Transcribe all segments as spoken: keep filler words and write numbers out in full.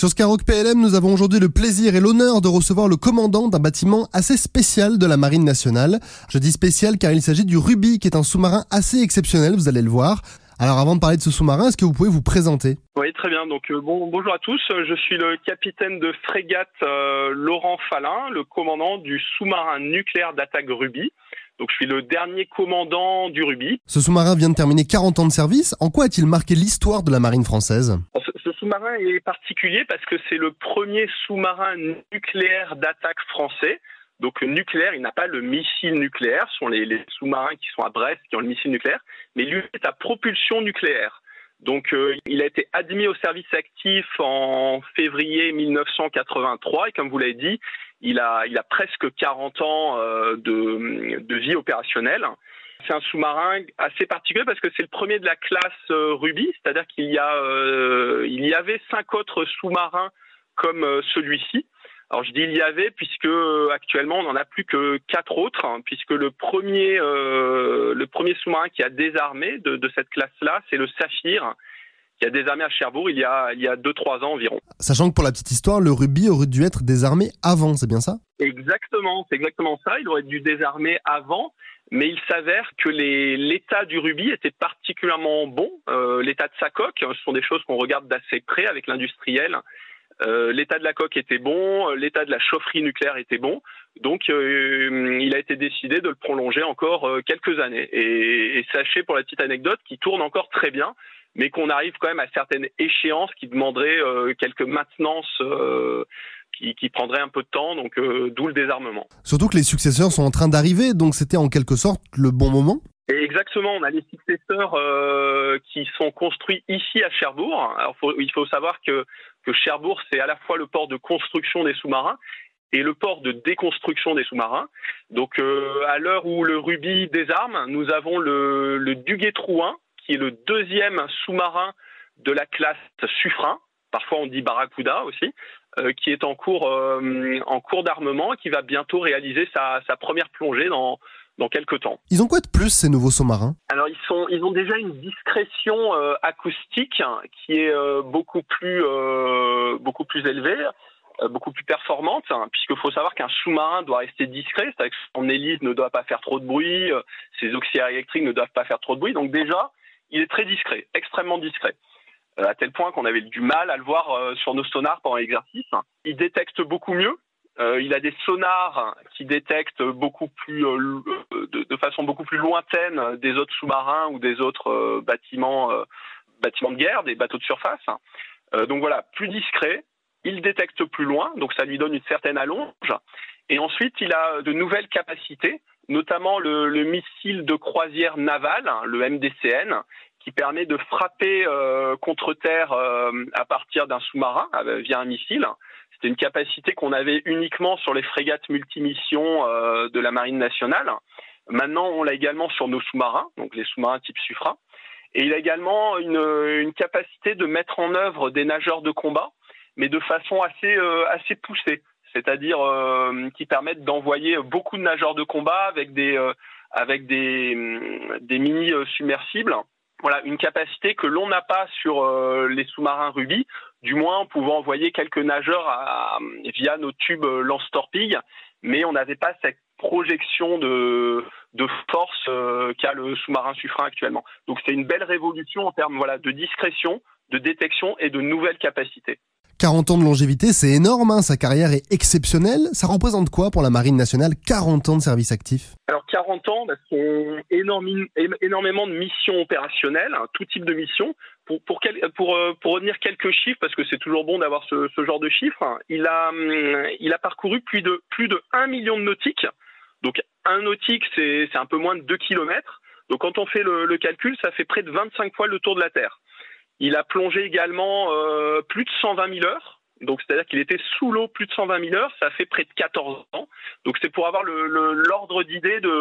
Sur Skyrock P L M, nous avons aujourd'hui le plaisir et l'honneur de recevoir le commandant d'un bâtiment assez spécial de la Marine nationale. Je dis spécial car il s'agit du Ruby, qui est un sous-marin assez exceptionnel, vous allez le voir. Alors avant de parler de ce sous-marin, est-ce que vous pouvez vous présenter ? Oui, très bien. Donc euh, bon, bonjour à tous. Je suis le capitaine de frégate euh, Laurent Falin, le commandant du sous-marin nucléaire d'attaque Ruby. Donc je suis le dernier commandant du Ruby. Ce sous-marin vient de terminer quarante ans de service. En quoi a-t-il marqué l'histoire de la marine française ? Ce, ce sous-marin est particulier parce que c'est le premier sous-marin nucléaire d'attaque français. Donc nucléaire, il n'a pas le missile nucléaire. Ce sont les, les sous-marins qui sont à Brest qui ont le missile nucléaire. Mais lui est à propulsion nucléaire. Donc euh, il a été admis au service actif en février mille neuf cent quatre-vingt-trois et comme vous l'avez dit, il a, il a presque quarante ans euh, de, de vie opérationnelle. C'est un sous-marin assez particulier parce que c'est le premier de la classe euh, Ruby, c'est-à-dire qu'il y a, euh, il y avait cinq autres sous-marins comme euh, celui-ci. Alors je dis il y avait puisque euh, actuellement on n'en a plus que quatre autres, hein, puisque le premier, euh, le premier sous-marin qui a désarmé de, de cette classe-là, c'est le Saphir, qui a désarmé à Cherbourg il y a, il y a deux trois ans environ. Sachant que pour la petite histoire, le Ruby aurait dû être désarmé avant, c'est bien ça ? Exactement, c'est exactement ça. Il aurait dû désarmer avant, mais il s'avère que les, l'état du Ruby était particulièrement bon. Euh, l'état de sa coque, ce sont des choses qu'on regarde d'assez près avec l'industriel. Euh, l'état de la coque était bon, l'état de la chaufferie nucléaire était bon, donc euh, il a été décidé de le prolonger encore euh, quelques années. Et, et sachez pour la petite anecdote qu'il tourne encore très bien, mais qu'on arrive quand même à certaines échéances qui demanderaient euh, quelques maintenances euh, qui, qui prendraient un peu de temps, donc euh, d'où le désarmement. Surtout que les successeurs sont en train d'arriver, donc c'était en quelque sorte le bon moment ? Et exactement, on a les successeurs euh, qui sont construits ici à Cherbourg. Alors faut, il faut savoir que, que Cherbourg, c'est à la fois le port de construction des sous-marins et le port de déconstruction des sous-marins. Donc euh, à l'heure où le Ruby désarme, nous avons le, le Duguay-Trouin, qui est le deuxième sous-marin de la classe Suffren. Parfois on dit Barracuda aussi, euh, qui est en cours, euh, en cours d'armement et qui va bientôt réaliser sa, sa première plongée dans dans quelques temps. Ils ont quoi de plus, ces nouveaux sous-marins ? Alors ils sont, ils ont déjà une discrétion euh, acoustique hein, qui est euh, beaucoup plus, euh, beaucoup plus élevée, euh, beaucoup plus performante, hein, puisqu'il faut savoir qu'un sous-marin doit rester discret, c'est-à-dire que son hélice ne doit pas faire trop de bruit, euh, ses auxiliaires électriques ne doivent pas faire trop de bruit, donc déjà il est très discret, extrêmement discret. Euh, à tel point qu'on avait du mal à le voir euh, sur nos sonars pendant l'exercice. Il détecte beaucoup mieux. Euh, il a des sonars qui détectent beaucoup plus, euh, de, de façon beaucoup plus lointaine des autres sous-marins ou des autres euh, bâtiments, euh, bâtiments de guerre, des bateaux de surface. Euh, donc voilà, plus discret. Il détecte plus loin, donc ça lui donne une certaine allonge. Et ensuite, il a de nouvelles capacités, notamment le, le missile de croisière navale, le M D C N, qui permet de frapper euh, contre terre euh, à partir d'un sous-marin euh, via un missile. C'était une capacité qu'on avait uniquement sur les frégates multimissions euh, de la Marine nationale. Maintenant, on l'a également sur nos sous-marins, donc les sous-marins type Suffren. Et il a également une, une capacité de mettre en œuvre des nageurs de combat, mais de façon assez, euh, assez poussée. C'est-à-dire euh, qui permettent d'envoyer beaucoup de nageurs de combat avec des, euh, avec des, des mini-submersibles. Voilà, une capacité que l'on n'a pas sur euh, les sous-marins Ruby, du moins on pouvait envoyer quelques nageurs à, à, via nos tubes lance-torpilles, mais on n'avait pas cette projection de, de force euh, qu'a le sous-marin Suffren actuellement. Donc c'est une belle révolution en termes voilà, de discrétion, de détection et de nouvelles capacités. quarante ans de longévité, c'est énorme, hein, sa carrière est exceptionnelle. Ça représente quoi pour la Marine nationale, quarante ans de service actif ? Alors quarante ans, bah, c'est énorme, énormément de missions opérationnelles, hein, tout type de missions. Pour, pour, quel, pour, pour retenir quelques chiffres, parce que c'est toujours bon d'avoir ce, ce genre de chiffres, hein, il, a, il a parcouru plus de, plus de un million de nautiques. Donc un nautique, c'est, c'est un peu moins de deux kilomètres. Donc quand on fait le, le calcul, ça fait près de vingt-cinq fois le tour de la Terre. Il a plongé également euh, plus de cent vingt mille heures. Donc, c'est-à-dire qu'il était sous l'eau plus de cent vingt mille heures, ça fait près de quatorze ans. Donc, c'est pour avoir le, le, l'ordre d'idée de,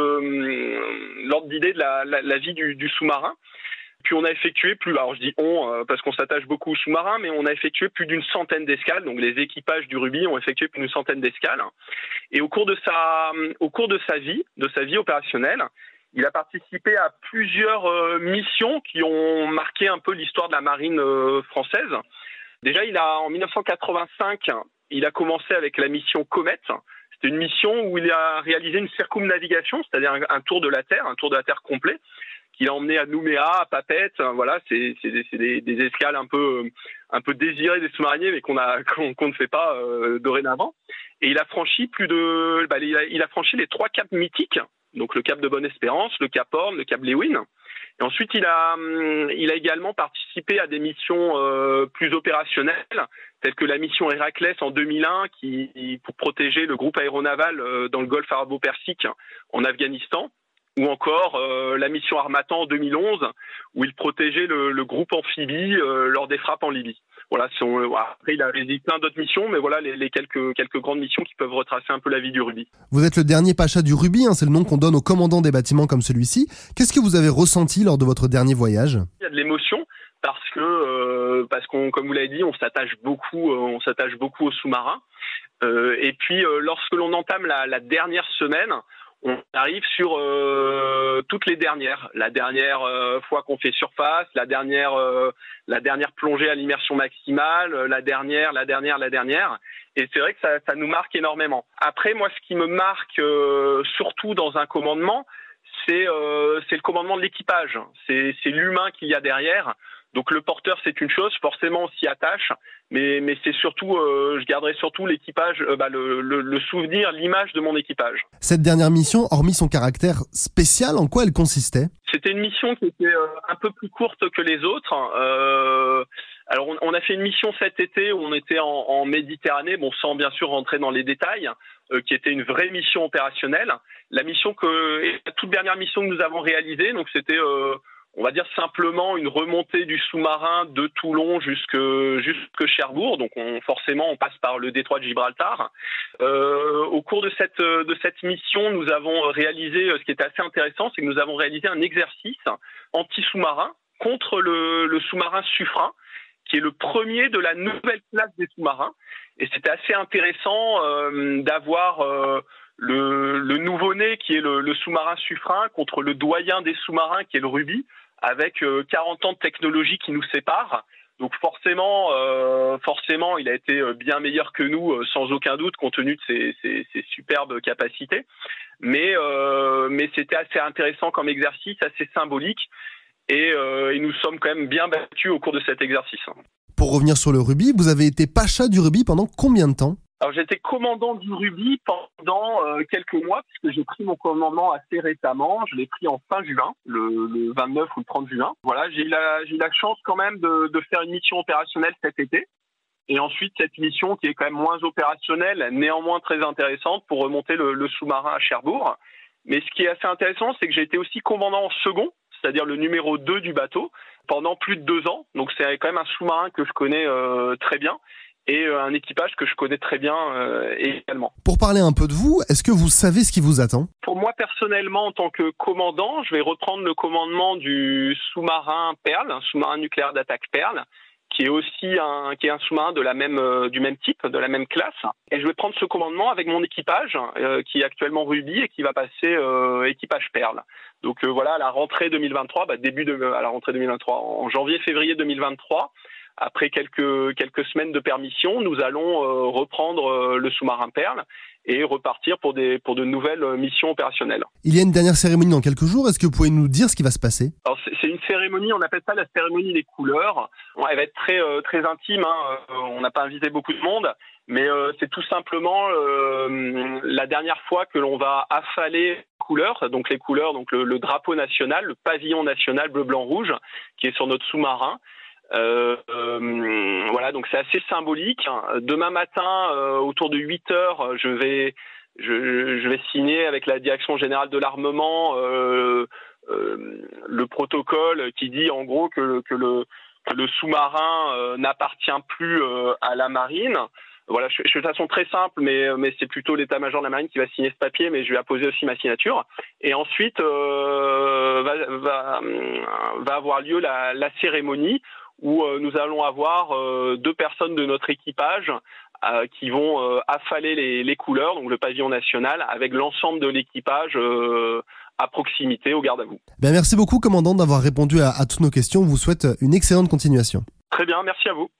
euh, l'ordre d'idée de la, la, la vie du, du sous-marin. Puis, on a effectué plus, alors je dis on, euh, parce qu'on s'attache beaucoup aux sous-marins, mais on a effectué plus d'une centaine d'escales. Donc, les équipages du Ruby ont effectué plus d'une centaine d'escales. Et au cours de sa, au cours de sa vie, de sa vie opérationnelle, il a participé à plusieurs euh, missions qui ont marqué un peu l'histoire de la marine euh, française. Déjà, il a en mille neuf cent quatre-vingt-cinq, il a commencé avec la mission Comet. C'était une mission où il a réalisé une circumnavigation, c'est-à-dire un, un tour de la Terre, un tour de la Terre complet, qu'il a emmené à Nouméa, à Papeete. Voilà, c'est, c'est, c'est des, des escales un peu, un peu désirées des sous-mariniers, mais qu'on a, qu'on, qu'on ne fait pas euh, dorénavant. Et il a franchi plus de, bah, il a, il a franchi les trois caps mythiques, donc le cap de Bonne-Espérance, le cap Horn, le cap Lewin. Et ensuite, il a, il a également participé à des missions euh, plus opérationnelles, telles que la mission Héraclès en deux mille un, qui, pour protéger le groupe aéronaval euh, dans le golfe arabo-persique en Afghanistan, ou encore euh, la mission Harmattan en deux mille onze, où il protégeait le, le groupe amphibie euh, lors des frappes en Libye. Voilà, son, après, il a réalisé plein d'autres missions, mais voilà les, les quelques, quelques grandes missions qui peuvent retracer un peu la vie du Ruby. Vous êtes le dernier pacha du Ruby, hein, c'est le nom qu'on donne aux commandants des bâtiments comme celui-ci. Qu'est-ce que vous avez ressenti lors de votre dernier voyage ? Il y a de l'émotion parce que, euh, parce qu'on, comme vous l'avez dit, on s'attache beaucoup, euh, on s'attache beaucoup aux sous-marins. Euh, et puis, euh, lorsque l'on entame la, la dernière semaine, on arrive sur euh, toutes les dernières. La dernière euh, fois qu'on fait surface, la dernière, euh, la dernière plongée à l'immersion maximale, la dernière, la dernière, la dernière. Et c'est vrai que ça, ça nous marque énormément. Après, moi, ce qui me marque euh, surtout dans un commandement, c'est, euh, c'est le commandement de l'équipage. C'est, c'est l'humain qu'il y a derrière. Donc le porteur, c'est une chose, forcément on s'y attache, mais, mais c'est surtout, euh, je garderai surtout l'équipage, euh, bah, le, le, le souvenir, l'image de mon équipage. Cette dernière mission, hormis son caractère spécial, en quoi elle consistait ? C'était une mission qui était euh, un peu plus courte que les autres. Euh, alors on, on a fait une mission cet été où on était en, en Méditerranée, bon sans bien sûr rentrer dans les détails, euh, qui était une vraie mission opérationnelle. La mission que, et la toute dernière mission que nous avons réalisée, donc c'était... Euh, on va dire simplement une remontée du sous-marin de Toulon jusque, jusque Cherbourg. Donc on, forcément, on passe par le détroit de Gibraltar. Euh, au cours de cette, de cette mission, nous avons réalisé, ce qui était assez intéressant, c'est que nous avons réalisé un exercice anti-sous-marin contre le, le sous-marin Suffren, qui est le premier de la nouvelle classe des sous-marins. Et c'était assez intéressant euh, d'avoir... Euh, Le, le nouveau-né qui est le, le sous-marin Suffren contre le doyen des sous-marins qui est le Ruby, avec euh, quarante ans de technologie qui nous séparent. Donc forcément, euh, forcément, il a été bien meilleur que nous, euh, sans aucun doute, compte tenu de ses, ses, ses superbes capacités. Mais, euh, mais c'était assez intéressant comme exercice, assez symbolique. Et, euh, et nous sommes quand même bien battus au cours de cet exercice. Pour revenir sur le Ruby, vous avez été pacha du Ruby pendant combien de temps ? Alors j'étais commandant du Ruby pendant euh, quelques mois, puisque j'ai pris mon commandement assez récemment. Je l'ai pris en fin juin, le, le vingt-neuf ou le trente juin. Voilà, j'ai eu la, j'ai eu la chance quand même de, de faire une mission opérationnelle cet été. Et ensuite, cette mission qui est quand même moins opérationnelle, néanmoins très intéressante pour remonter le, le sous-marin à Cherbourg. Mais ce qui est assez intéressant, c'est que j'ai été aussi commandant en second, c'est-à-dire le numéro deux du bateau, pendant plus de deux ans. Donc c'est quand même un sous-marin que je connais euh, très bien. Et un équipage que je connais très bien euh, également. Pour parler un peu de vous, est-ce que vous savez ce qui vous attend ? Pour moi personnellement, en tant que commandant, je vais reprendre le commandement du sous-marin Pearl, un sous-marin nucléaire d'attaque Pearl, qui est aussi un, qui est un sous-marin de la même, euh, du même type, de la même classe. Et je vais prendre ce commandement avec mon équipage, euh, qui est actuellement Ruby et qui va passer euh, équipage Pearl. Donc euh, voilà, à la rentrée deux mille vingt-trois, bah, début de, à la rentrée deux mille vingt-trois, en janvier-février deux mille vingt-trois. Après quelques, quelques semaines de permission, nous allons euh, reprendre euh, le sous-marin Pearl et repartir pour, des, pour de nouvelles missions opérationnelles. Il y a une dernière cérémonie dans quelques jours. Est-ce que vous pouvez nous dire ce qui va se passer ? Alors c'est, c'est une cérémonie, on appelle ça la cérémonie des couleurs. Elle va être très, euh, très intime, hein. On n'a pas invité beaucoup de monde, mais euh, c'est tout simplement euh, la dernière fois que l'on va affaler les couleurs, donc les couleurs, donc le, le drapeau national, le pavillon national bleu-blanc-rouge qui est sur notre sous-marin. Euh, euh, voilà, donc c'est assez symbolique. Demain matin, euh, autour de huit heures, je vais, je, je vais signer avec la direction générale de l'armement euh, euh, le protocole qui dit en gros que, que, le, que le sous-marin euh, n'appartient plus euh, à la marine. Voilà, je, je fais de façon très simple, mais, mais c'est plutôt l'état-major de la marine qui va signer ce papier, mais je vais apposer aussi ma signature. Et ensuite, euh, va, va, va avoir lieu la, la cérémonie où euh, nous allons avoir euh, deux personnes de notre équipage euh, qui vont euh, affaler les, les couleurs, donc le pavillon national, avec l'ensemble de l'équipage euh, à proximité, au garde à vous. Ben merci beaucoup, commandant, d'avoir répondu à, à toutes nos questions. On vous souhaite une excellente continuation. Très bien, merci à vous.